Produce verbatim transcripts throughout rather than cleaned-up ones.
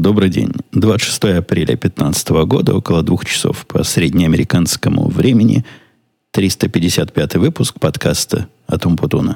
Добрый день. двадцать шестого апреля две тысячи пятнадцатого года, около двух часов по среднеамериканскому времени, триста пятьдесят пятый выпуск подкаста от Умпутуна.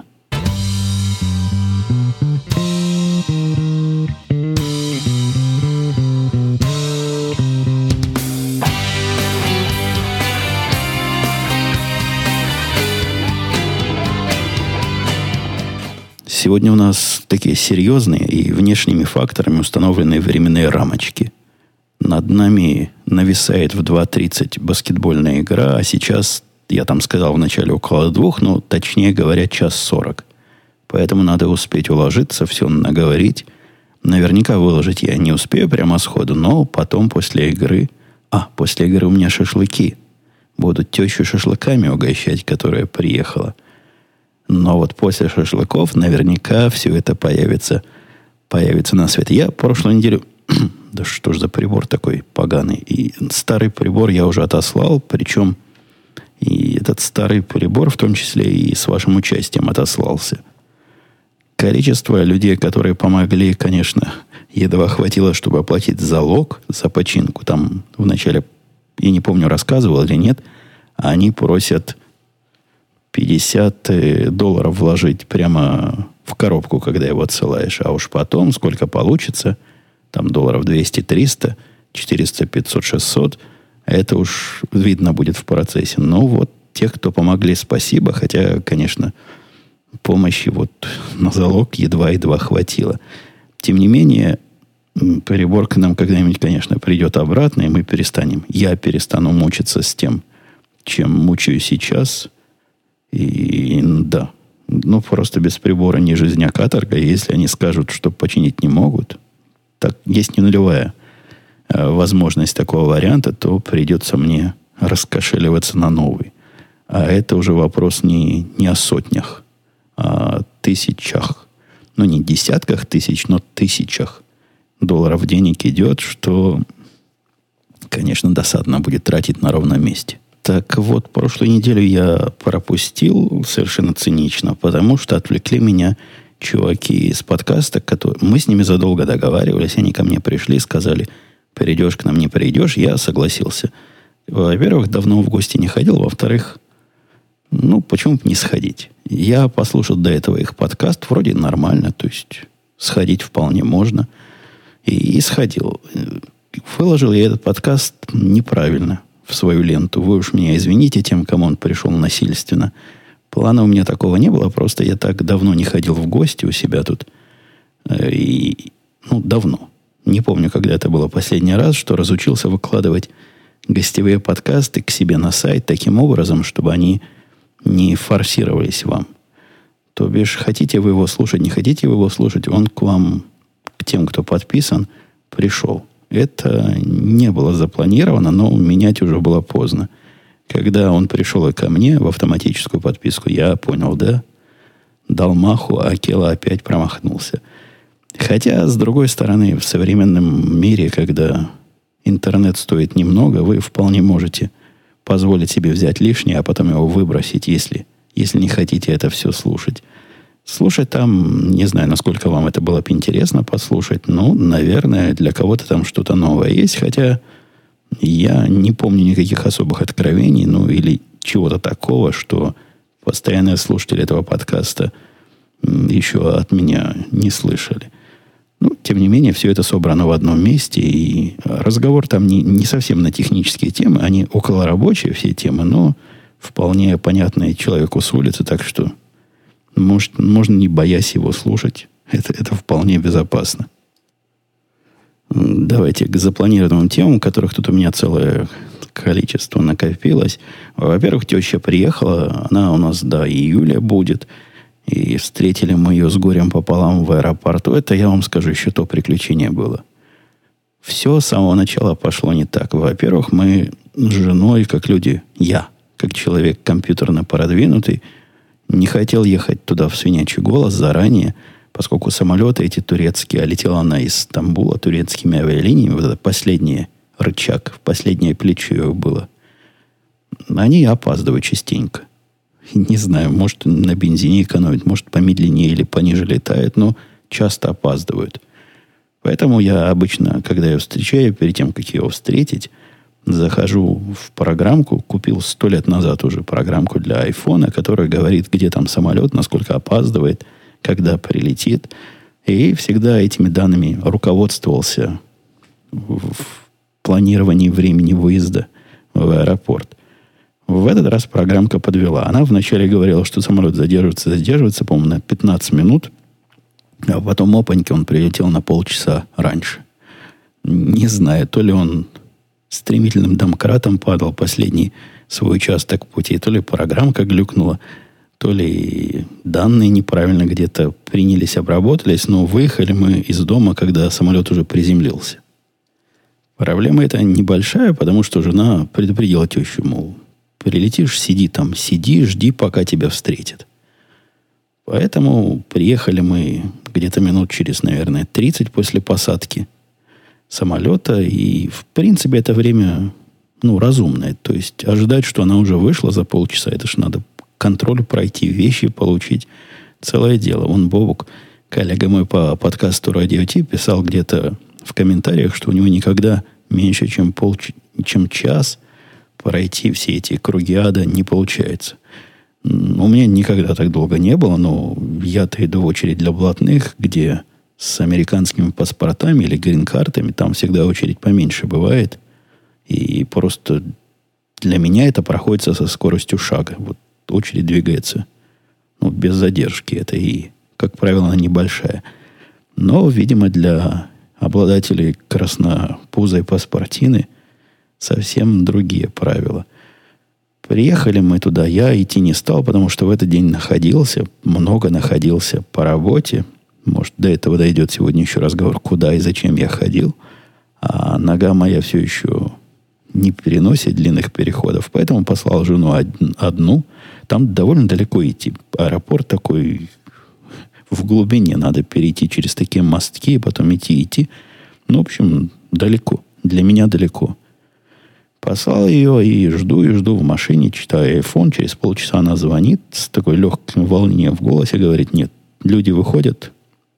Сегодня у нас такие серьезные и внешними факторами установленные временные рамочки. Над нами нависает в два тридцать баскетбольная игра, а сейчас, я там сказал вначале около двух, но точнее говоря, час сорок. Поэтому надо успеть уложиться, все наговорить. Наверняка выложить я не успею прямо сходу, но потом после игры... А, после игры у меня шашлыки. Будут тещу шашлыками угощать, которая приехала. Но вот после шашлыков наверняка все это появится, появится на свет. Я прошлую неделю... да что ж за прибор такой поганый. И старый прибор я уже отослал, причем и этот старый прибор в том числе и с вашим участием отослался. Количество людей, которые помогли, конечно, едва хватило, чтобы оплатить залог за починку. Там вначале, я не помню, рассказывал или нет, а они просят... пятьдесят долларов вложить прямо в коробку, когда его отсылаешь. А уж потом, сколько получится, там долларов двести триста, четыреста пятьсот шестьсот, это уж видно будет в процессе. Но вот тех, кто помогли, спасибо. Хотя, конечно, помощи вот на залог едва-едва хватило. Тем не менее, прибор к нам когда-нибудь, конечно, придет обратно, и мы перестанем. Я перестану мучиться с тем, чем мучаю сейчас. И да, ну просто без прибора не жизнь, а каторга. Если они скажут, что починить не могут, так есть не нулевая э, возможность такого варианта, то придется мне раскошеливаться на новый. А это уже вопрос не, не о сотнях, а о тысячах. Ну, не десятках тысяч, но тысячах долларов денег идет, что, конечно, досадно будет тратить на ровном месте. Так вот, прошлую неделю я пропустил совершенно цинично, потому что отвлекли меня чуваки из подкаста, которые... Мы с ними задолго договаривались, они ко мне пришли, сказали, придешь к нам, не придешь, я согласился. Во-первых, давно в гости не ходил, во-вторых, ну, почему бы не сходить? Я послушал до этого их подкаст, вроде нормально, то есть сходить вполне можно, и, и сходил. Выложил я этот подкаст неправильно в свою ленту. Вы уж меня извините тем, кому он пришел насильственно. Плана у меня такого не было, просто я так давно не ходил в гости у себя тут. И, ну, давно. Не помню, когда это было последний раз, что разучился выкладывать гостевые подкасты к себе на сайт таким образом, чтобы они не форсировались вам. То бишь, хотите вы его слушать, не хотите вы его слушать, он к вам, к тем, кто подписан, пришел. Это не было запланировано, но менять уже было поздно. Когда он пришел и ко мне в автоматическую подписку, я понял, да, дал маху, а Акела опять промахнулся. Хотя, с другой стороны, в современном мире, когда интернет стоит немного, вы вполне можете позволить себе взять лишнее, а потом его выбросить, если, если не хотите это все слушать. Слушать там, не знаю, насколько вам это было бы интересно послушать, но, наверное, для кого-то там что-то новое есть, хотя я не помню никаких особых откровений, ну, или чего-то такого, что постоянные слушатели этого подкаста еще от меня не слышали. Ну, тем не менее, все это собрано в одном месте, и разговор там не, не совсем на технические темы, они околорабочие все темы, но вполне понятные человеку с улицы, так что Может, можно не боясь его слушать. Это, это вполне безопасно. Давайте к запланированным темам, которых тут у меня целое количество накопилось. Во-первых, теща приехала. Она у нас до июля будет. И встретили мы ее с горем пополам в аэропорту. Это, я вам скажу, еще то приключение было. Все с самого начала пошло не так. Во-первых, мы с женой, как люди, я, как человек компьютерно продвинутый, не хотел ехать туда в свинячий голос заранее, поскольку самолеты эти турецкие, а летела она из Стамбула турецкими авиалиниями, вот это последний рычаг, последнее плечо было. Они опаздывают частенько. Не знаю, может, на бензине экономят, может, помедленнее или пониже летают, но часто опаздывают. Поэтому я обычно, когда ее встречаю, перед тем, как его встретить, захожу в программку, купил сто лет назад уже программку для айфона, которая говорит, где там самолет, насколько опаздывает, когда прилетит. И всегда этими данными руководствовался в планировании времени выезда в аэропорт. В этот раз программка подвела. Она вначале говорила, что самолет задерживается, задерживается, по-моему, на пятнадцать минут, а потом, опаньки, он прилетел на полчаса раньше. Не знаю, то ли он стремительным домкратом падал последний свой участок пути, то ли программка глюкнула, то ли данные неправильно где-то принялись, обработались, но выехали мы из дома, когда самолет уже приземлился. Проблема эта небольшая, потому что жена предупредила тещу, мол, прилетишь, сиди там, сиди, жди, пока тебя встретят. Поэтому приехали мы где-то минут через, наверное, тридцать после посадки самолета, и, в принципе, это время, ну, разумное. То есть ожидать, что она уже вышла за полчаса, это ж надо контроль пройти, вещи получить. Целое дело. Вон Бобук, коллега мой по подкасту «Радио Ти», писал где-то в комментариях, что у него никогда меньше, чем, пол, чем час пройти все эти круги ада не получается. У меня никогда так долго не было, но я-то иду в очередь для блатных, где с американскими паспортами или грин-картами, там всегда очередь поменьше бывает. И просто для меня это проходится со скоростью шага. Вот очередь двигается, ну, без задержки. Это и, как правило, она небольшая. Но, видимо, для обладателей краснопузой паспортины совсем другие правила. Приехали мы туда, я идти не стал, потому что в этот день находился, много находился по работе. Может, до этого дойдет сегодня еще разговор, куда и зачем я ходил. А нога моя все еще не переносит длинных переходов. Поэтому послал жену одну. Там довольно далеко идти. Аэропорт такой в глубине. Надо перейти через такие мостки, и потом идти, идти. Ну, в общем, далеко. Для меня далеко. Послал ее и жду, и жду в машине, читаю айфон. Через полчаса она звонит с такой легким волнением в голосе. Говорит, нет, люди выходят.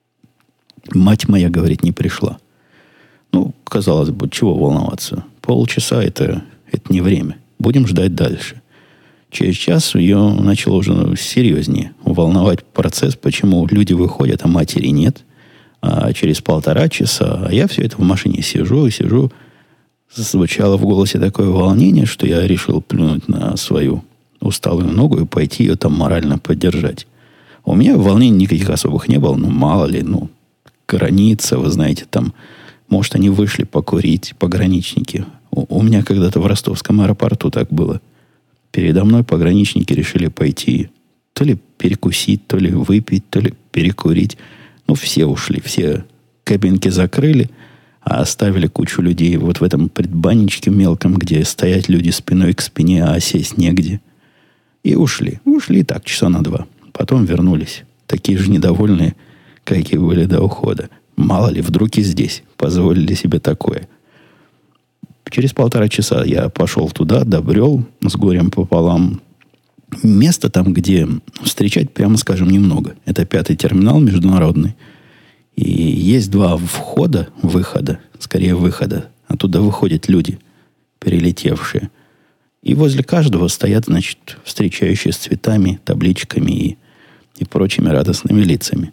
Мать моя, говорит, не пришла. Ну, казалось бы, чего волноваться? Полчаса это, это не время. Будем ждать дальше. Через час ее начало уже серьезнее волновать процесс, почему люди выходят, а матери нет. А через полтора часа, а я все это в машине сижу и сижу. Звучало в голосе такое волнение, что я решил плюнуть на свою усталую ногу и пойти ее там морально поддержать. У меня волнений никаких особых не было, ну, мало ли, ну, граница, вы знаете, там, может, они вышли покурить, пограничники. У, у меня когда-то в ростовском аэропорту так было. Передо мной пограничники решили пойти то ли перекусить, то ли выпить, то ли перекурить. Ну, все ушли, все кабинки закрыли, а оставили кучу людей вот в этом предбанничке мелком, где стоять люди спиной к спине, а сесть негде. И ушли. Ушли так, часа на два. Потом вернулись. Такие же недовольные, как и были до ухода. Мало ли, вдруг и здесь позволили себе такое. Через полтора часа я пошел туда, добрел с горем пополам. Место там, где встречать, прямо скажем, немного. Это пятый терминал международный. И есть два входа, выхода, скорее выхода. Оттуда выходят люди, перелетевшие. И возле каждого стоят, значит, встречающие с цветами, табличками и, и прочими радостными лицами.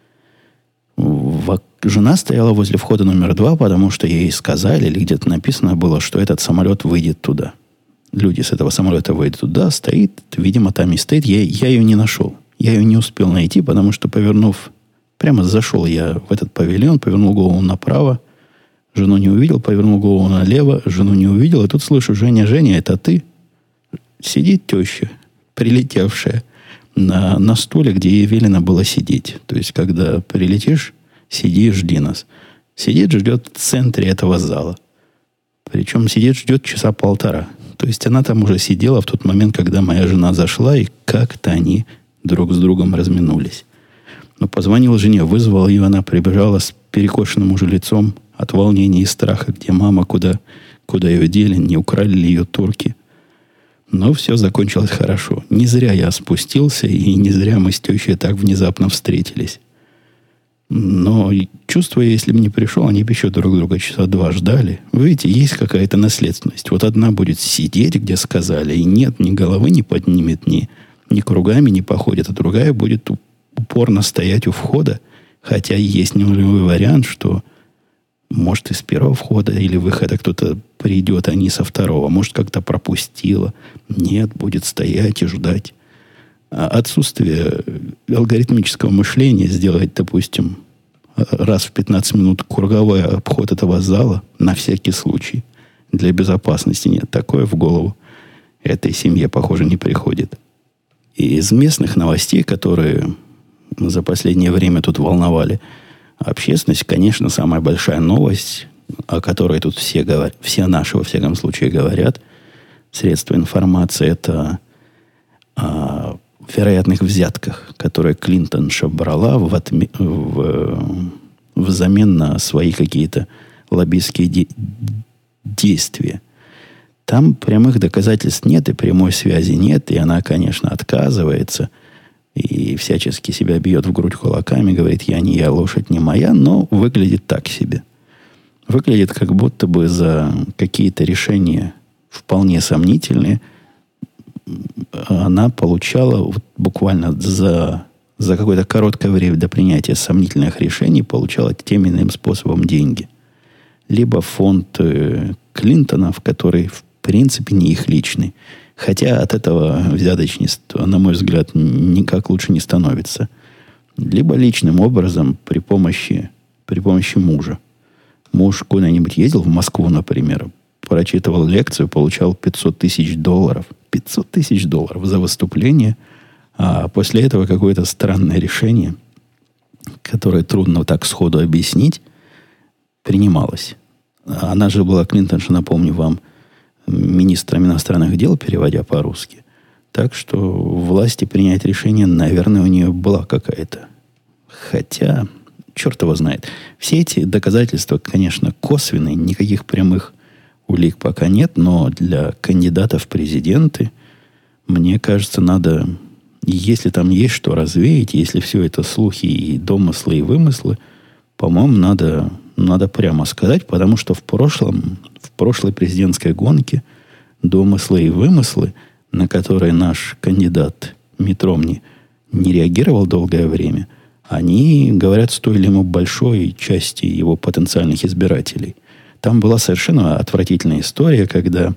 Жена стояла возле входа номер два, потому что ей сказали, или где-то написано было, что этот самолет выйдет туда. Люди с этого самолета выйдут туда, стоит, видимо, там и стоит. Я, я ее не нашел. Я ее не успел найти, потому что, повернув, прямо зашел я в этот павильон, повернул голову направо, жену не увидел, повернул голову налево, жену не увидел, и тут слышу, Женя, Женя, это ты? Сидит теща, прилетевшая, на, на стуле, где ей велено было сидеть. То есть, когда прилетишь, сиди и жди нас. Сидит, ждет в центре этого зала. Причем сидит, ждет часа полтора. То есть, она там уже сидела в тот момент, когда моя жена зашла, и как-то они друг с другом разминулись. Но позвонил жене, вызвал ее, она прибежала с перекошенным уже лицом от волнения и страха, где мама, куда, куда ее дели, не украли ли ее турки. Но все закончилось хорошо. Не зря я спустился, и не зря мы с тещей так внезапно встретились. Но чувствуя, если бы не пришел, они бы еще друг друга часа два ждали. Вы видите, есть какая-то наследственность. Вот одна будет сидеть, где сказали, и нет, ни головы не поднимет, ни, ни кругами не походит, а другая будет упорно стоять у входа, хотя есть нулевой вариант, что может из первого входа или выхода кто-то придет, а не со второго. Может, как-то пропустила. Нет, будет стоять и ждать. Отсутствие алгоритмического мышления сделать, допустим, раз в пятнадцать минут круговой обход этого зала на всякий случай для безопасности нет. Такое в голову этой семье, похоже, не приходит. И из местных новостей, которые за последнее время тут волновали общественность, конечно, самая большая новость, о которой тут все говорят, все наши, во всяком случае, говорят, средства информации, это о вероятных взятках, которые Клинтонша брала в отме- в, взамен на свои какие-то лоббистские де- действия. Там прямых доказательств нет, и прямой связи нет, и она, конечно, отказывается и всячески себя бьет в грудь кулаками, говорит, я не я, лошадь не моя, но выглядит так себе. Выглядит, как будто бы за какие-то решения вполне сомнительные она получала вот буквально за, за какое-то короткое время до принятия сомнительных решений получала тем или иным способом деньги. Либо фонд э, Клинтонов, который в принципе не их личный. Хотя от этого взяточничества, на мой взгляд, никак лучше не становится. Либо личным образом при помощи, при помощи мужа. Муж куда-нибудь ездил, в Москву, например, прочитывал лекцию, получал пятьсот тысяч долларов. пятьсот тысяч долларов за выступление. А после этого какое-то странное решение, которое трудно так сходу объяснить, принималось. Она же была, Клинтонша, напомню вам, министром иностранных дел, переводя по-русски. Так что власти принять решение, наверное, у нее была какая-то. Хотя, черт его знает. Все эти доказательства, конечно, косвенные, никаких прямых улик пока нет, но для кандидатов в президенты, мне кажется, надо, если там есть что развеять, если все это слухи и домыслы, и вымыслы, по-моему, надо, надо прямо сказать, потому что в прошлом, в прошлой президентской гонке домыслы и вымыслы, на которые наш кандидат Митт Ромни не реагировал долгое время, они, говорят, стоили ему большой части его потенциальных избирателей. Там была совершенно отвратительная история, когда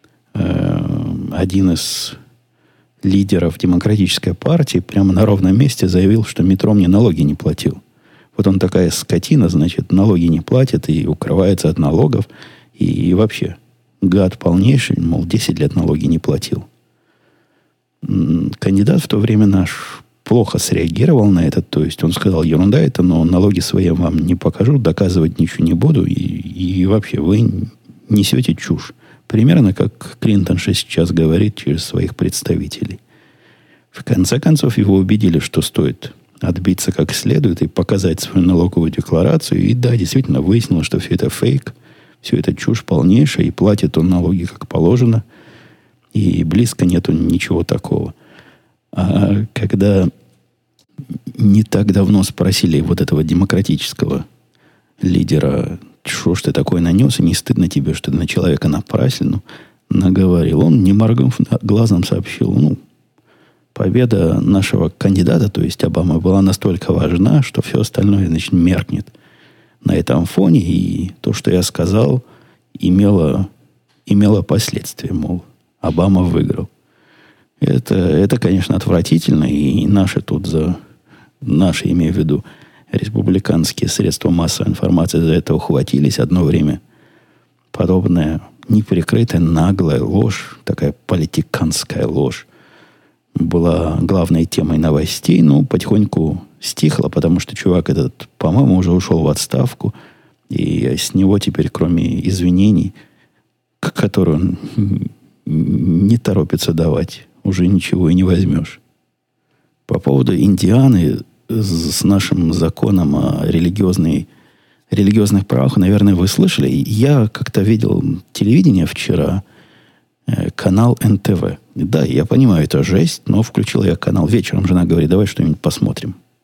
э, один из лидеров демократической партии прямо на ровном месте заявил, что Митт Ромни налоги не платил. Вот он такая скотина, значит, налоги не платит и укрывается от налогов. И, и вообще, гад полнейший, мол, десять лет налоги не платил. Кандидат в то время наш плохо среагировал на это. То есть он сказал, ерунда это, но налоги свои вам не покажу, доказывать ничего не буду. И, и вообще, вы несете чушь. Примерно как Клинтонша сейчас говорит через своих представителей. В конце концов, его убедили, что стоит отбиться как следует и показать свою налоговую декларацию. И да, действительно выяснилось, что все это фейк, все это чушь полнейшая, и платит он налоги как положено. И близко нету ничего такого. А когда не так давно спросили вот этого демократического лидера, что ж ты такое нанес, и не стыдно тебе, что ты на человека напраслину наговорил, он, не моргнув глазом, сообщил, ну, победа нашего кандидата, то есть Обамы, была настолько важна, что все остальное, значит, меркнет на этом фоне, и то, что я сказал, имело, имело последствия, мол, Обама выиграл. Это, это, конечно, отвратительно, и наши тут за... Наши, имею в виду, республиканские средства массовой информации за это ухватились. Одно время подобная неприкрытая, наглая ложь, такая политиканская ложь, была главной темой новостей, но потихоньку стихла, потому что чувак этот, по-моему, уже ушел в отставку, и с него теперь, кроме извинений, которые он не торопится давать, уже ничего и не возьмешь. По поводу Индианы с нашим законом о религиозной, религиозных правах, наверное, вы слышали. Я как-то видел телевидение вчера, канал эн тэ вэ. Да, я понимаю, это жесть, но включил я канал. Вечером жена говорит, давай что-нибудь посмотрим.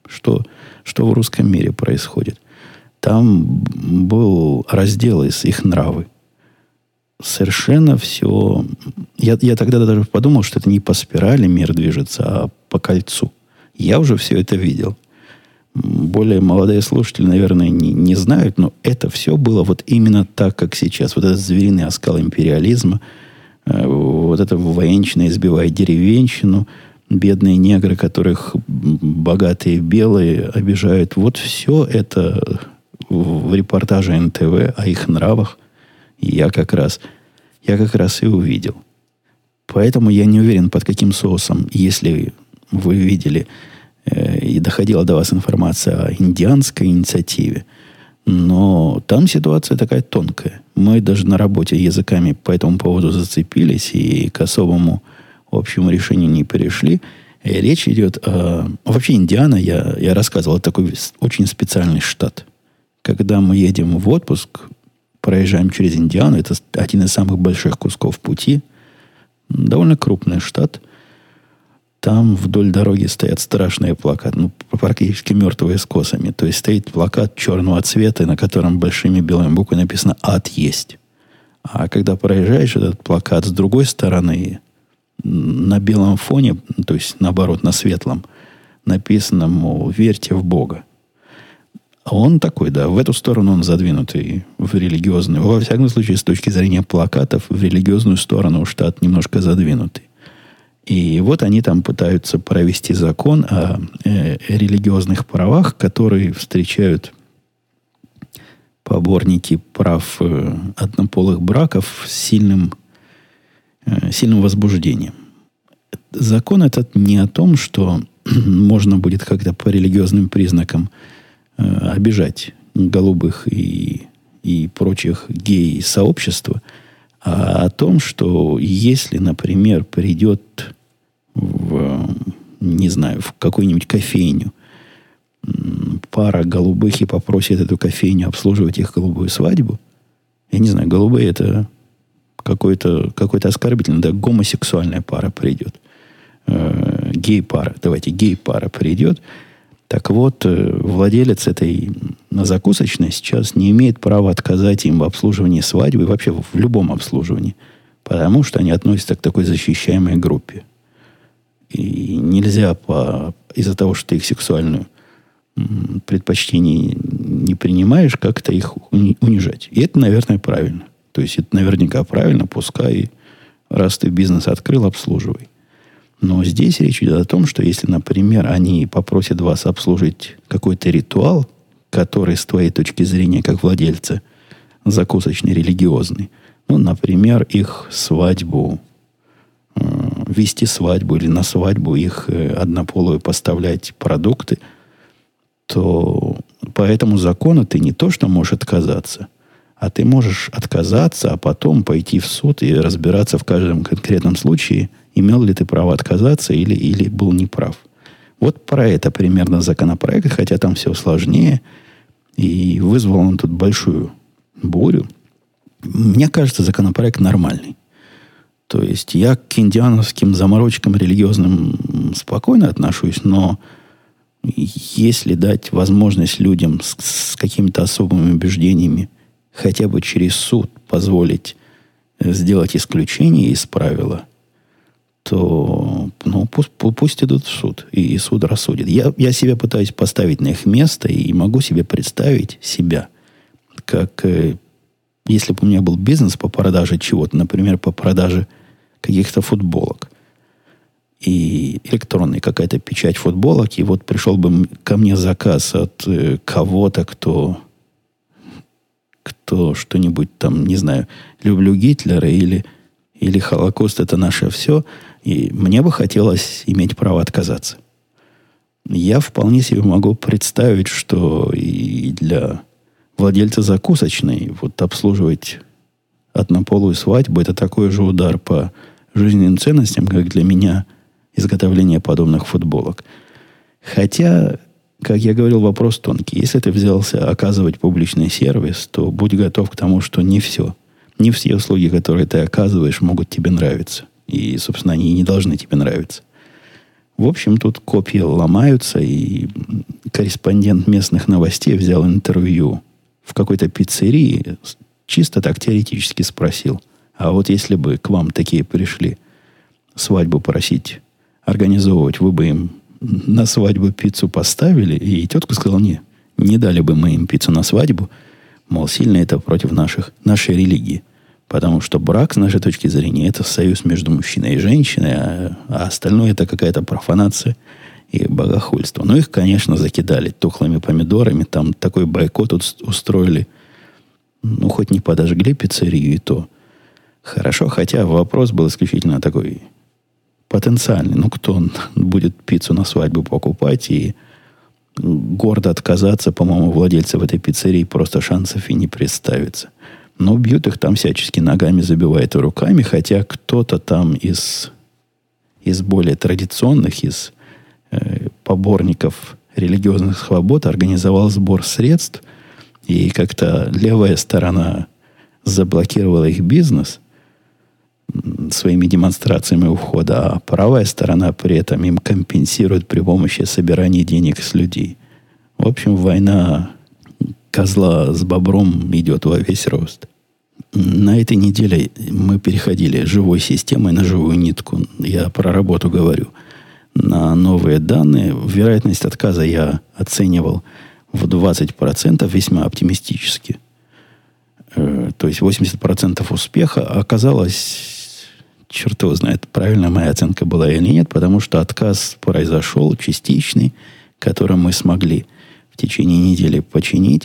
Что, что в русском мире происходит? Там был раздел из их нравы. Совершенно все... Я, я тогда даже подумал, что это не по спирали мир движется, а по кольцу. Я уже все это видел. Более молодые слушатели, наверное, не, не знают, но это все было вот именно так, как сейчас. Вот этот звериный оскал империализма, э, вот это военщина избивает деревенщину, бедные негры, которых богатые белые обижают. Вот все это в репортаже эн тэ вэ о их нравах я как раз, я как раз и увидел. Поэтому я не уверен, под каким соусом, если вы видели э, и доходила до вас информация о индианской инициативе, но там ситуация такая тонкая. Мы даже на работе языками по этому поводу зацепились и к особому общему решению не перешли. И речь идет о... Вообще Индиана, я, я рассказывал, это такой очень специальный штат. Когда мы едем в отпуск, проезжаем через Индиану, это один из самых больших кусков пути, довольно крупный штат. Там вдоль дороги стоят страшные плакаты, ну, практически мертвые с косами. То есть стоит плакат черного цвета, на котором большими белыми буквами написано «Ад есть». А когда проезжаешь этот плакат с другой стороны, на белом фоне, то есть наоборот, на светлом, написано, мол, верьте в Бога. А он такой, да, в эту сторону он задвинутый, в религиозную. Во всяком случае, с точки зрения плакатов, в религиозную сторону штат немножко задвинутый. И вот они там пытаются провести закон о э, религиозных правах, которые встречают поборники прав э, однополых браков с сильным, э, сильным возбуждением. Закон этот не о том, что можно будет как-то по религиозным признакам э, обижать голубых и, и прочих гей-сообщества, а о том, что если, например, придет в, не знаю, в какую-нибудь кофейню пара голубых и попросит эту кофейню обслуживать их голубую свадьбу, я не знаю, голубые это какой-то, какой-то оскорбительный, да, гомосексуальная пара придет, э, гей-пара, давайте, гей-пара придет, так вот, э, владелец этой закусочной сейчас не имеет права отказать им в обслуживании свадьбы и вообще в любом обслуживании, потому что они относятся к такой защищаемой группе. И нельзя по, из-за того, что ты их сексуальную м, предпочтение не принимаешь, как-то их уни, унижать. И это, наверное, правильно. То есть, это наверняка правильно, пускай, раз ты бизнес открыл, обслуживай. Но здесь речь идет о том, что если, например, они попросят вас обслужить какой-то ритуал, который с твоей точки зрения, как владельца закусочной, религиозный, ну, например, их свадьбу, вести свадьбу или на свадьбу их однополую поставлять продукты, то по этому закону ты не то, что можешь отказаться, а ты можешь отказаться, а потом пойти в суд и разбираться в каждом конкретном случае, имел ли ты право отказаться или, или был неправ. Вот про это примерно законопроект, хотя там все сложнее, и вызвал он тут большую бурю. Мне кажется, законопроект нормальный. То есть я к индиановским заморочкам религиозным спокойно отношусь, но если дать возможность людям с, с какими-то особыми убеждениями хотя бы через суд позволить сделать исключение из правила, то ну, пусть, пусть идут в суд, и, и суд рассудит. Я, я себя пытаюсь поставить на их место и могу себе представить себя, как э, если бы у меня был бизнес по продаже чего-то, например, по продаже каких-то футболок, и электронная какая-то печать футболок, и вот пришел бы ко мне заказ от э, кого-то, кто, кто что-нибудь там, не знаю, люблю Гитлера или, или Холокост, это наше все, и мне бы хотелось иметь право отказаться. Я вполне себе могу представить, что и для владельца закусочной вот обслуживать однополую свадьбу — это такой же удар по жизненным ценностям, как для меня изготовление подобных футболок. Хотя, как я говорил, вопрос тонкий. Если ты взялся оказывать публичный сервис, то будь готов к тому, что не все, не все услуги, которые ты оказываешь, могут тебе нравиться. И, собственно, они и не должны тебе нравиться. В общем, тут копии ломаются, и корреспондент местных новостей взял интервью в какой-то пиццерии, чисто так теоретически спросил, а вот если бы к вам такие пришли свадьбу просить организовывать, вы бы им на свадьбу пиццу поставили? И тетка сказала, не, не дали бы мы им пиццу на свадьбу, мол, сильно это против наших, нашей религии. Потому что брак, с нашей точки зрения, это союз между мужчиной и женщиной, а, а остальное это какая-то профанация и богохульство. Ну, их, конечно, закидали тухлыми помидорами, там такой бойкот устроили. Ну, хоть не подожгли пиццерию, и то хорошо, хотя вопрос был исключительно такой потенциальный. Ну, кто будет пиццу на свадьбу покупать и гордо отказаться, по-моему, владельцев этой пиццерии просто шансов и не представится. Но бьют их там всячески, ногами забивают и руками, хотя кто-то там из, из более традиционных, из э, поборников религиозных свобод организовал сбор средств, и как-то левая сторона заблокировала их бизнес своими демонстрациями у входа, а правая сторона при этом им компенсирует при помощи собирания денег с людей. В общем, война козла с бобром идет во весь рост. На этой неделе мы переходили живой системой на живую нитку. Я про работу говорю. На новые данные. Вероятность отказа я оценивал в двадцать процентов весьма оптимистически. Э, то есть восемьдесят процентов успеха. Оказалось, черт его знает, правильная моя оценка была или нет, потому что отказ произошел частичный, который мы смогли в течение недели починить.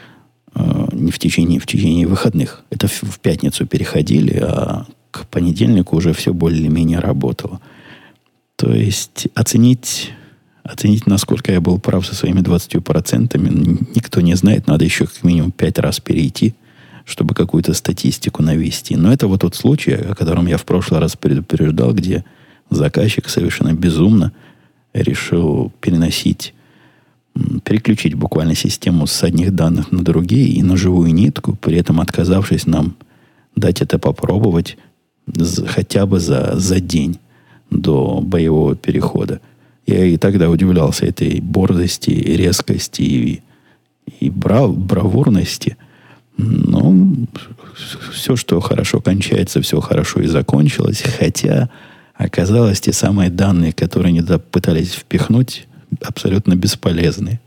Не в течение, в течение выходных. Это в, в пятницу переходили, а к понедельнику уже все более-менее работало. То есть оценить, оценить, насколько я был прав со своими двадцатью процентами, никто не знает. Надо еще как минимум пять раз перейти, чтобы какую-то статистику навести. Но это вот тот случай, о котором я в прошлый раз предупреждал, где заказчик совершенно безумно решил переносить, переключить буквально систему с одних данных на другие и на живую нитку, при этом отказавшись нам дать это попробовать за, хотя бы за, за день до боевого перехода. Я и тогда удивлялся этой борзости, резкости и, и брав, бравурности. Но все, что хорошо кончается, все хорошо и закончилось. Хотя оказалось, те самые данные, которые они туда пытались впихнуть, абсолютно бесполезны.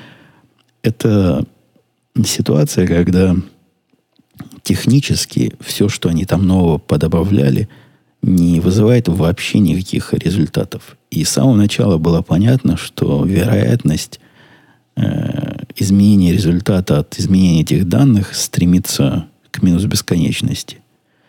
Это ситуация, когда технически все, что они там нового подобавляли, не вызывает вообще никаких результатов. И с самого начала было понятно, что вероятность э, изменения результата от изменения этих данных стремится к минус бесконечности.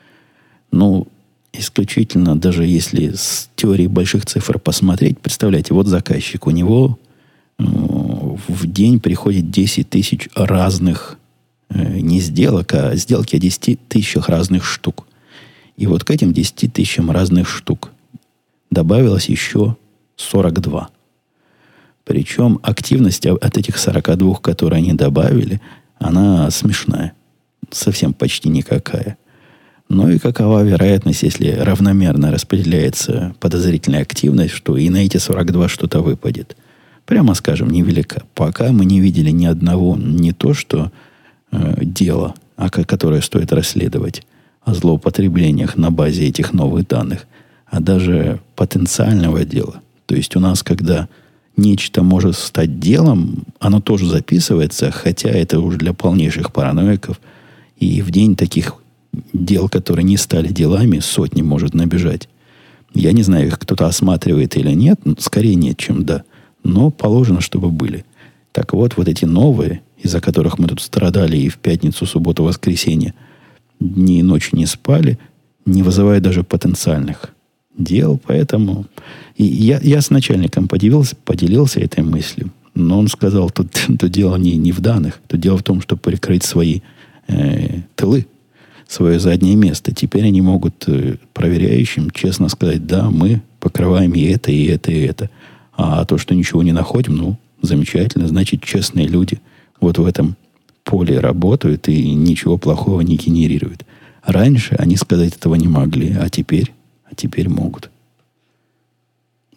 Ну, исключительно, даже если с теорией больших цифр посмотреть, представляете, вот заказчик, у него э, в день приходит десять тысяч разных, э, не сделок, а сделки о десяти тысячах разных штук. И вот к этим десяти тысячам разных штук добавилось еще сорок два. Причем активность от этих сорока двух, которые они добавили, она смешная. Совсем почти никакая. Ну и какова вероятность, если равномерно распределяется подозрительная активность, что и на эти сорок два что-то выпадет? Прямо скажем, невелика. Пока мы не видели ни одного, не то что э, дела, а которое стоит расследовать, о злоупотреблениях на базе этих новых данных, а даже потенциального дела. То есть у нас, когда нечто может стать делом, оно тоже записывается, хотя это уже для полнейших параноиков. И в день таких дел, которые не стали делами, сотни может набежать. Я не знаю, их кто-то осматривает или нет, скорее нет, чем да. Но положено, чтобы были. Так вот, вот эти новые, из-за которых мы тут страдали и в пятницу, субботу, воскресенье, дни и ночи не спали, не вызывая даже потенциальных дел. Поэтому и я, я с начальником поделился, поделился этой мыслью. Но он сказал, тут, тут дело не, не в данных. Тут дело в том, чтобы прикрыть свои э, тылы, свое заднее место. Теперь они могут э, проверяющим честно сказать, да, мы покрываем и это, и это, и это. А то, что ничего не находим, ну, замечательно. Значит, честные люди вот в этом поле работают и ничего плохого не генерируют. Раньше они сказать этого не могли, а теперь, а теперь могут.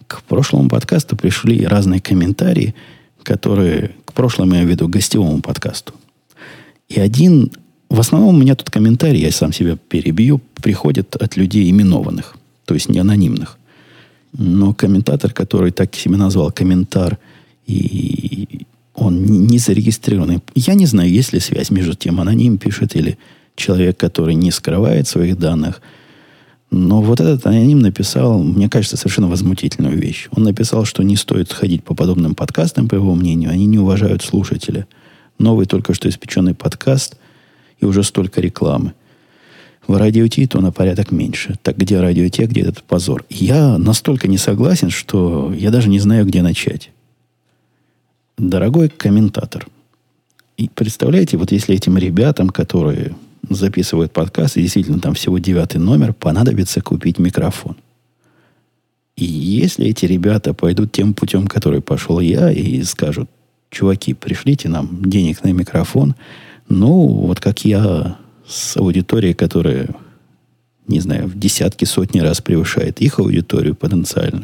к прошлому подкасту пришли разные комментарии, которые... К прошлому, я имею в виду, гостевому подкасту. И один... В основном у меня тут комментарий, я сам себя перебью, приходит от людей именованных, то есть не анонимных. Но комментатор, который так себя назвал, комментар, и он не зарегистрированный. Я не знаю, есть ли связь между тем, аноним пишет или человек, который не скрывает своих данных. Но вот этот аноним написал, мне кажется, совершенно возмутительную вещь. Он написал, что не стоит ходить по подобным подкастам, по его мнению. Они не уважают слушателя. Новый только что испеченный подкаст, и уже столько рекламы. В Радио Ти то на порядок меньше. Так где Радио Ти, где этот позор? Я настолько не согласен, что я даже не знаю, где начать. Дорогой комментатор, и представляете, вот если этим ребятам, которые записывают подкаст, и действительно там всего девятый номер, понадобится купить микрофон. И если эти ребята пойдут тем путем, который пошел я, и скажут: чуваки, пришлите нам денег на микрофон, ну, вот как я с аудиторией, которая, не знаю, в десятки, сотни раз превышает их аудиторию потенциально,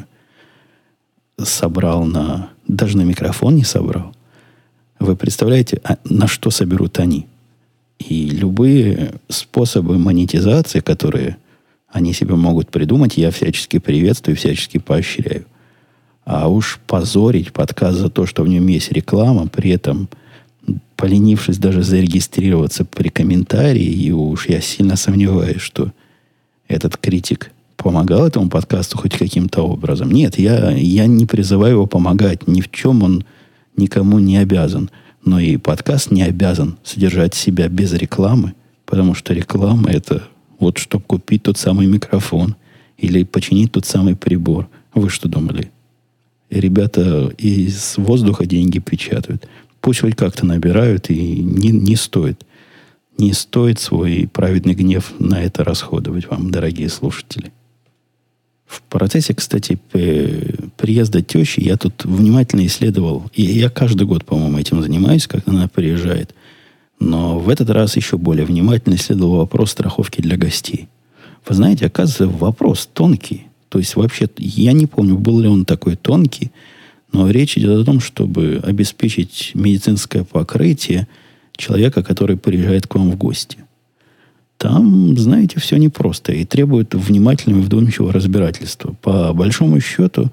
собрал на... Даже на микрофон не собрал. Вы представляете, на что соберут они? И любые способы монетизации, которые они себе могут придумать, я всячески приветствую, всячески поощряю. А уж позорить подкаст за то, что в нем есть реклама, при этом поленившись даже зарегистрироваться при комментарии, и уж я сильно сомневаюсь, что этот критик помогал этому подкасту хоть каким-то образом. Нет, я, я не призываю его помогать. Ни в чем он никому не обязан. Но и подкаст не обязан содержать себя без рекламы, потому что реклама — это вот чтобы купить тот самый микрофон или починить тот самый прибор. Вы что думали? Ребята из воздуха деньги печатают. Пусть хоть как-то набирают, и не, не стоит. Не стоит свой праведный гнев на это расходовать вам, дорогие слушатели. В процессе, кстати, приезда тещи я тут внимательно исследовал. И я каждый год, по-моему, этим занимаюсь, когда она приезжает. Но в этот раз еще более внимательно исследовал вопрос страховки для гостей. Вы знаете, оказывается, вопрос тонкий. То есть, вообще, я не помню, был ли он такой тонкий, но речь идет о том, чтобы обеспечить медицинское покрытие человека, который приезжает к вам в гости. Там, знаете, все непросто и требует внимательного и вдумчивого разбирательства. По большому счету,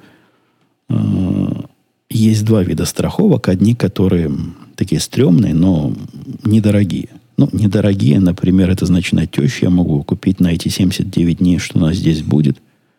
э, есть два вида страховок. Одни, которые такие стрёмные, но недорогие. Ну, недорогие, например, это значит, на тещу я могу купить на эти семьдесят девять дней, что у нас здесь будет,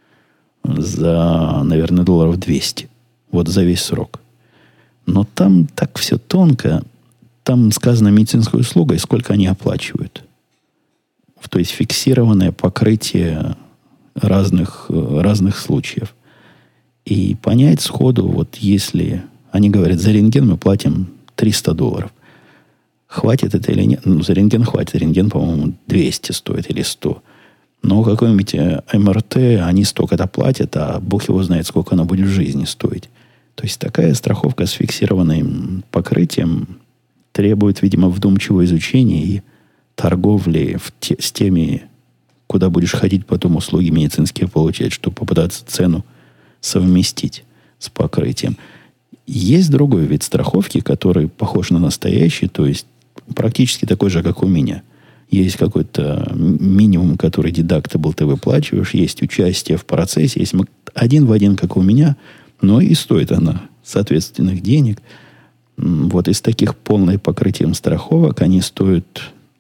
за, наверное, долларов двести. Вот за весь срок. Но там так все тонко. Там сказано медицинская услуга и сколько они оплачивают. То есть фиксированное покрытие разных, разных случаев. И понять сходу, вот если они говорят, за рентген мы платим триста долларов. Хватит это или нет? Ну, за рентген хватит. Рентген, по-моему, двести стоит или сто. Но какой-нибудь эм эр тэ они столько-то платят, а бог его знает, сколько она будет в жизни стоить. То есть такая страховка с фиксированным покрытием требует, видимо, вдумчивого изучения и торговли в те, с теми, куда будешь ходить потом услуги медицинские получать, чтобы попытаться цену совместить с покрытием. Есть другой вид страховки, который похож на настоящий, то есть практически такой же, как у меня. Есть какой-то минимум, который дедактабл ты выплачиваешь, есть участие в процессе, есть один в один, как у меня, но и стоит она соответственных денег. Вот из таких полным покрытием страховок они стоят,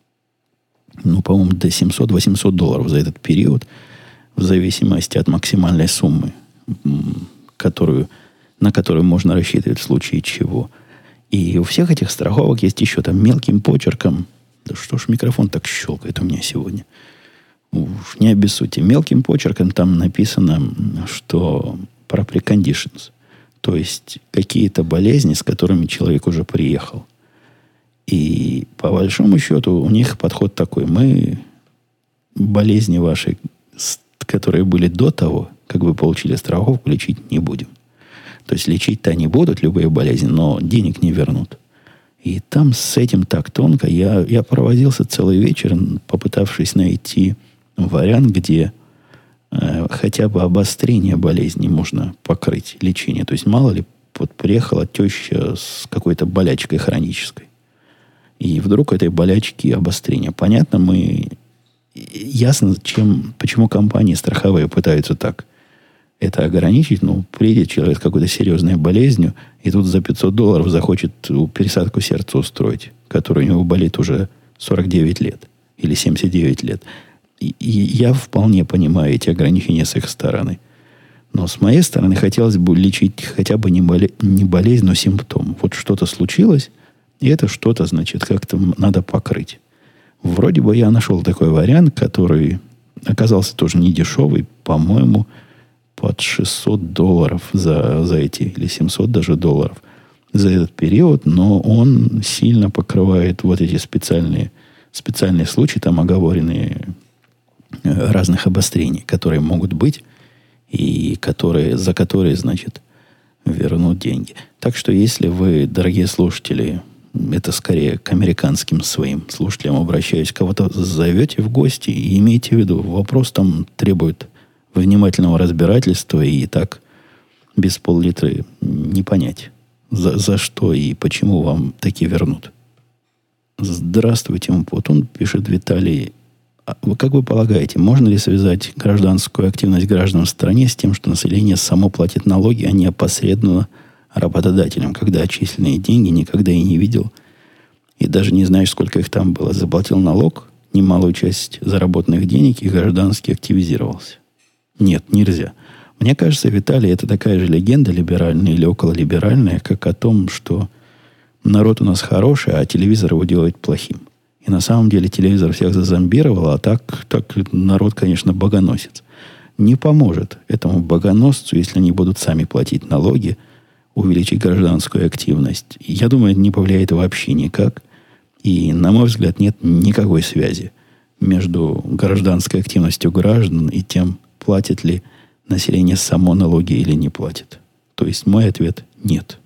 ну, по-моему, до семьсот-восемьсот долларов за этот период, в зависимости от максимальной суммы, которую, на которую можно рассчитывать в случае чего. И у всех этих страховок есть еще там мелким почерком. Да что ж микрофон так щелкает у меня сегодня? Уж не обессудьте. Мелким почерком там написано, что про preconditions. То есть какие-то болезни, с которыми человек уже приехал. И по большому счету у них подход такой. Мы болезни ваши, которые были до того, как вы получили страховку, лечить не будем. То есть лечить-то не будут любые болезни, но денег не вернут. И там с этим так тонко. Я, я провозился целый вечер, попытавшись найти вариант, где э, хотя бы обострение болезни можно покрыть, лечение. То есть мало ли, вот приехала теща с какой-то болячкой хронической. И вдруг этой болячки обострение. Понятно, мы... Ясно, чем, почему компании страховые пытаются так это ограничить. Ну, приедет человек с какой-то серьезной болезнью, и тут за пятьсот долларов захочет пересадку сердца устроить, которая у него болит уже сорок девять лет или семьдесят девять лет. И, и я вполне понимаю эти ограничения с их стороны. Но с моей стороны хотелось бы лечить хотя бы не, боле, не болезнь, но симптом. Вот что-то случилось, и это что-то, значит, как-то надо покрыть. Вроде бы я нашел такой вариант, который оказался тоже не дешевый, по-моему, под шестьсот долларов за, за эти, или семьсот даже долларов за этот период, но он сильно покрывает вот эти специальные, специальные случаи, там оговоренные разных обострений, которые могут быть, и которые, за которые, значит, вернут деньги. Так что, если вы, дорогие слушатели, это скорее к американским своим слушателям обращаюсь, кого-то зовете в гости, и имейте в виду, вопрос там требует внимательного разбирательства, и так без пол-литра не понять, за, за что и почему вам таки вернут. Здравствуйте, вот он пишет, Виталий. Вы как вы полагаете, можно ли связать гражданскую активность граждан в стране с тем, что население само платит налоги, а не опосредованно работодателям, когда отчисленные деньги никогда и не видел, и даже не знаешь, сколько их там было, заплатил налог, немалую часть заработанных денег и граждански активизировался? Нет, нельзя. Мне кажется, Виталий, это такая же легенда либеральная или окололиберальная, как о том, что народ у нас хороший, а телевизор его делает плохим. И на самом деле телевизор всех зазомбировал, а так, так народ, конечно, богоносец. Не поможет этому богоносцу, если они будут сами платить налоги, увеличить гражданскую активность. Я думаю, это не повлияет вообще никак. И, на мой взгляд, нет никакой связи между гражданской активностью граждан и тем, платит ли население само налоги или не платит. То есть мой ответ – нет.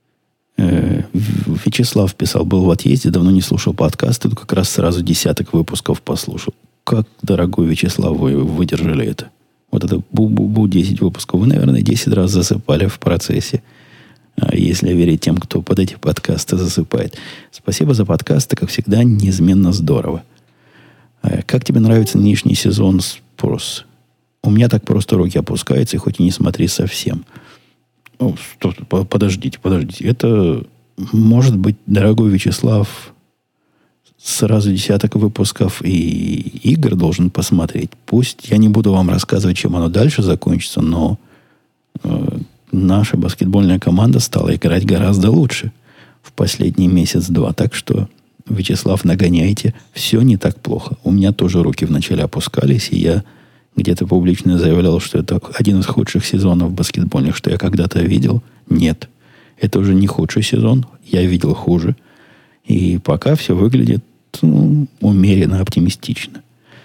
Вячеслав писал, был в отъезде, давно не слушал подкасты, тут как раз сразу десяток выпусков послушал. Как, дорогой Вячеслав, вы выдержали это? Вот это бу-бу-бу десять выпусков. Вы, наверное, десять раз засыпали в процессе, если верить тем, кто под эти подкасты засыпает. Спасибо за подкасты, как всегда, неизменно здорово. Как тебе нравится нынешний сезон? Спрос. У меня так просто руки опускаются, и хоть и не смотри совсем. О, стоп, подождите, подождите. Это может быть, дорогой Вячеслав, сразу десяток выпусков и игр должен посмотреть. Пусть я не буду вам рассказывать, чем оно дальше закончится, но э, наша баскетбольная команда стала играть гораздо лучше в последний месяц-два. Так что, Вячеслав, нагоняйте. Все не так плохо. У меня тоже руки вначале опускались, и я где-то публично заявлял, что это один из худших сезонов баскетбольных, что я когда-то видел. Нет. Это уже не худший сезон. Я видел хуже. И пока все выглядит ну, умеренно оптимистично.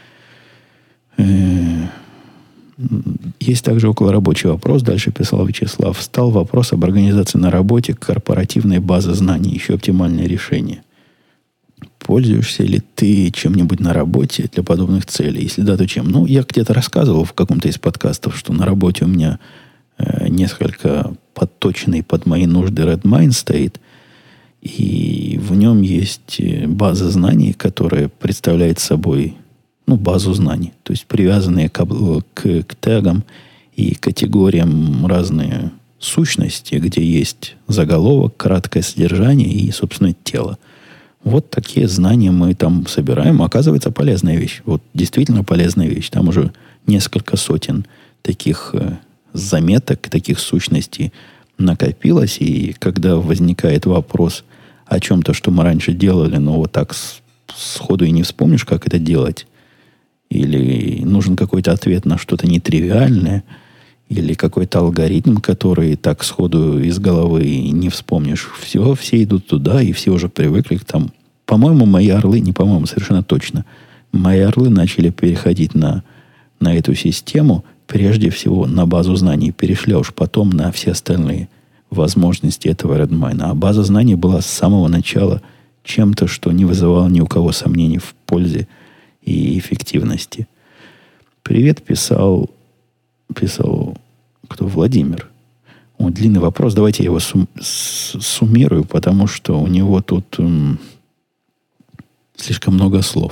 Есть также околорабочий вопрос. Дальше писал Вячеслав. Встал вопрос об организации на работе корпоративной базы знаний. Еще оптимальное решение. Пользуешься ли ты чем-нибудь на работе для подобных целей? Если да, то чем? Ну, я где-то рассказывал в каком-то из подкастов, что на работе у меня э, несколько подточенный под мои нужды Redmine стоит, и в нем есть база знаний, которая представляет собой ну, базу знаний, то есть привязанные к, к, к тегам и категориям разные сущности, где есть заголовок, краткое содержание и, собственно, тело. Вот такие знания мы там собираем. Оказывается, полезная вещь. Вот действительно полезная вещь. Там уже несколько сотен таких э, заметок, таких сущностей накопилось. И когда возникает вопрос о чем-то, что мы раньше делали, но вот так с, сходу и не вспомнишь, как это делать, или нужен какой-то ответ на что-то нетривиальное, или какой-то алгоритм, который так сходу из головы не вспомнишь. Все, все идут туда, и все уже привыкли к тому. По-моему, мои орлы, не по-моему, совершенно точно, мои орлы начали переходить на, на эту систему, прежде всего на базу знаний, перешли уж потом на все остальные возможности этого Redmine. А база знаний была с самого начала чем-то, что не вызывало ни у кого сомнений в пользе и эффективности. Привет, писал Писал кто? Владимир. О, длинный вопрос. Давайте я его сум, суммирую, потому что у него тут м, слишком много слов.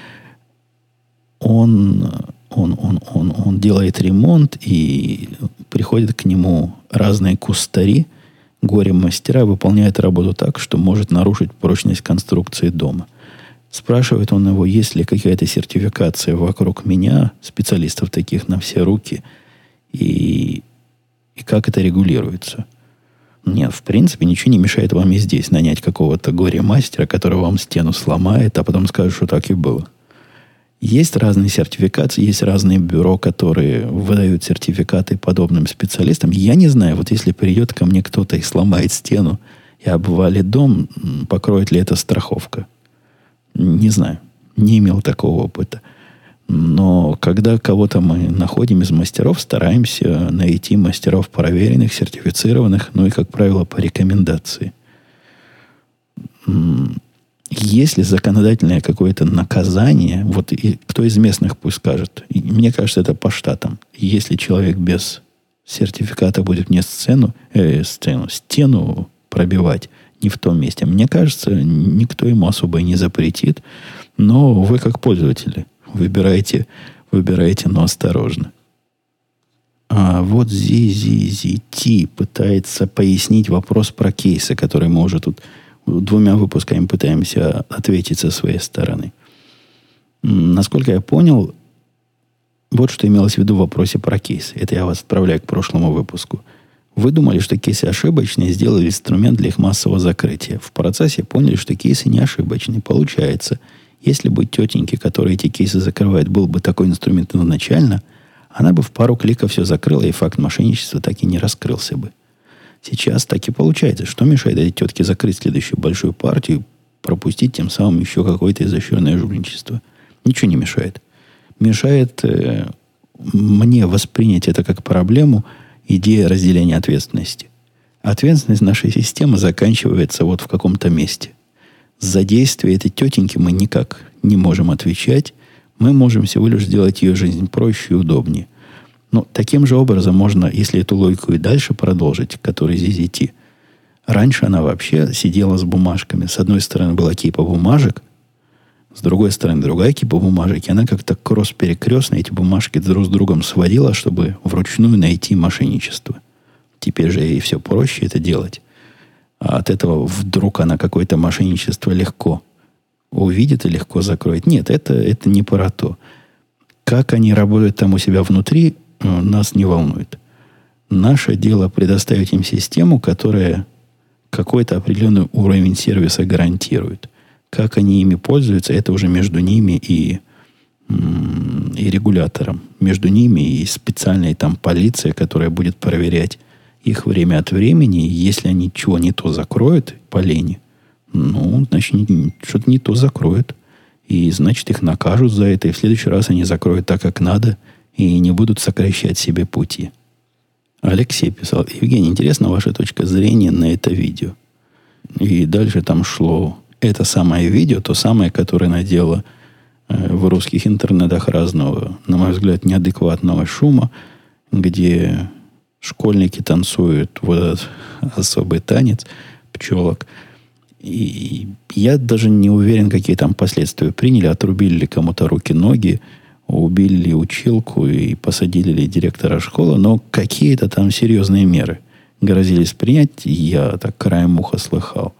Он, он, он, он, он делает ремонт, и приходят к нему разные кустари, горе-мастера, выполняют работу так, что может нарушить прочность конструкции дома. Спрашивает он его, есть ли какая-то сертификация вокруг меня, специалистов таких на все руки, и, и как это регулируется. Нет, в принципе, ничего не мешает вам и здесь нанять какого-то горе-мастера, который вам стену сломает, а потом скажет, что так и было. Есть разные сертификации, есть разные бюро, которые выдают сертификаты подобным специалистам. Я не знаю, вот если придет ко мне кто-то и сломает стену и обвалит дом, покроет ли это страховка. Не знаю, не имел такого опыта. Но когда кого-то мы находим из мастеров, стараемся найти мастеров проверенных, сертифицированных, ну и, как правило, по рекомендации. Есть ли законодательное какое-то наказание, вот и кто из местных пусть скажет. И мне кажется, это по штатам. Если человек без сертификата будет мне сцену, э, сцену, стену пробивать не в том месте, мне кажется, никто ему особо и не запретит. Но вы, как пользователи, выбираете, выбираете, но осторожно. А вот зи зи зи ти пытается пояснить вопрос про кейсы, который мы уже тут двумя выпусками пытаемся ответить со своей стороны. Насколько я понял, вот что имелось в виду в вопросе про кейсы. Это я вас отправляю к прошлому выпуску. Вы думали, что кейсы ошибочные, сделали инструмент для их массового закрытия. В процессе поняли, что кейсы не ошибочные. Получается, если бы тетеньке, которая эти кейсы закрывает, был бы такой инструмент изначально, она бы в пару кликов все закрыла, и факт мошенничества так и не раскрылся бы. Сейчас так и получается. Что мешает этой тетке закрыть следующую большую партию и пропустить тем самым еще какое-то изощренное жульничество? Ничего не мешает. Мешает э, мне воспринять это как проблему идея разделения ответственности. Ответственность нашей системы заканчивается вот в каком-то месте. За действия этой тетеньки мы никак не можем отвечать. Мы можем всего лишь сделать ее жизнь проще и удобнее. Но таким же образом можно, если эту логику и дальше продолжить, который зи зи ти. Раньше она вообще сидела с бумажками. С одной стороны была кипа бумажек, с другой стороны другая кипа бумажек. И она как-то кросс-перекрестно эти бумажки друг с другом сводила, чтобы вручную найти мошенничество. Теперь же ей все проще это делать. А от этого вдруг она какое-то мошенничество легко увидит и легко закроет. Нет, это, это не про то. Как они работают там у себя внутри, нас не волнует. Наше дело предоставить им систему, которая какой-то определенный уровень сервиса гарантирует. Как они ими пользуются, это уже между ними и, и регулятором. Между ними и специальная там полиция, которая будет проверять их время от времени. И если они чего не то закроют по лени, ну, значит, что-то не то закроют. И, значит, их накажут за это. И в следующий раз они закроют так, как надо, и не будут сокращать себе пути. Алексей писал: Евгений, интересна ваша точка зрения на это видео. И дальше там шло это самое видео, то самое, которое надело э, в русских интернетах разного, на мой взгляд, неадекватного шума, где школьники танцуют вот этот особый танец пчелок. И я даже не уверен, какие там последствия приняли. Отрубили ли кому-то руки-ноги, убили ли училку и посадили ли директора школы. Но какие-то там серьезные меры грозились принять. Я так краем уха слыхал.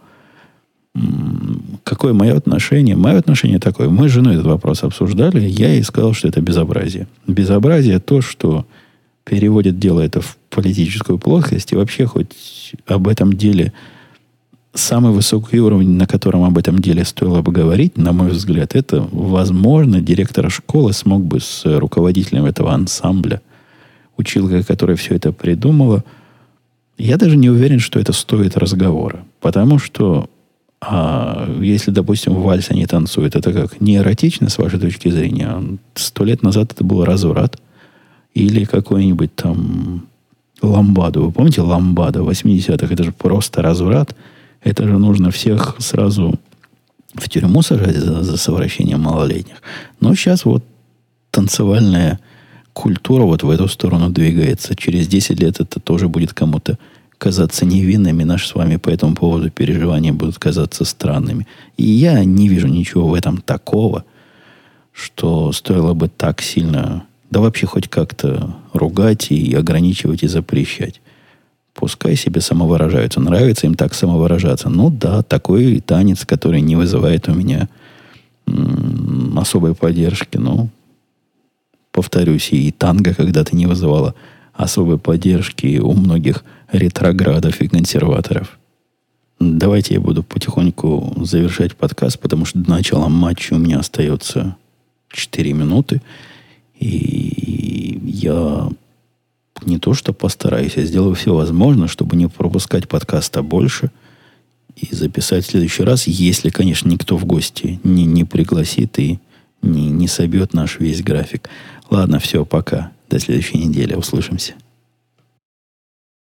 Какое мое отношение? Мое отношение такое. Мы с женой этот вопрос обсуждали. Я ей сказал, что это безобразие. Безобразие то, что переводит дело это в политическую плоскость. И вообще хоть об этом деле... Самый высокий уровень, на котором об этом деле стоило бы говорить, на мой взгляд, это, возможно, директор школы смог бы с руководителем этого ансамбля, училкой, которая все это придумала. Я даже не уверен, что это стоит разговора. Потому что, а, если, допустим, вальс они танцуют, это как не эротично, с вашей точки зрения. Сто лет назад это был разврат. Или какой-нибудь там ламбаду. Вы помните ламбаду в восьмидесятых? Это же просто разврат. Это же нужно всех сразу в тюрьму сажать за, за совращение малолетних. Но сейчас вот танцевальная культура вот в эту сторону двигается. Через десять лет это тоже будет кому-то казаться невинными. Наши с вами по этому поводу переживания будут казаться странными. И я не вижу ничего в этом такого, что стоило бы так сильно, да вообще хоть как-то ругать и ограничивать и запрещать. Пускай себе самовыражаются. Нравится им так самовыражаться. Ну да, такой танец, который не вызывает у меня м- особой поддержки. Ну, повторюсь, и танго когда-то не вызывало особой поддержки у многих ретроградов и консерваторов. Давайте я буду потихоньку завершать подкаст, потому что до начала матча у меня остается четыре минуты. И я не то что постараюсь, я сделаю все возможное, чтобы не пропускать подкаста больше и записать в следующий раз, если, конечно, никто в гости не, не пригласит и не, не собьет наш весь график. Ладно, все, пока. До следующей недели. Услышимся.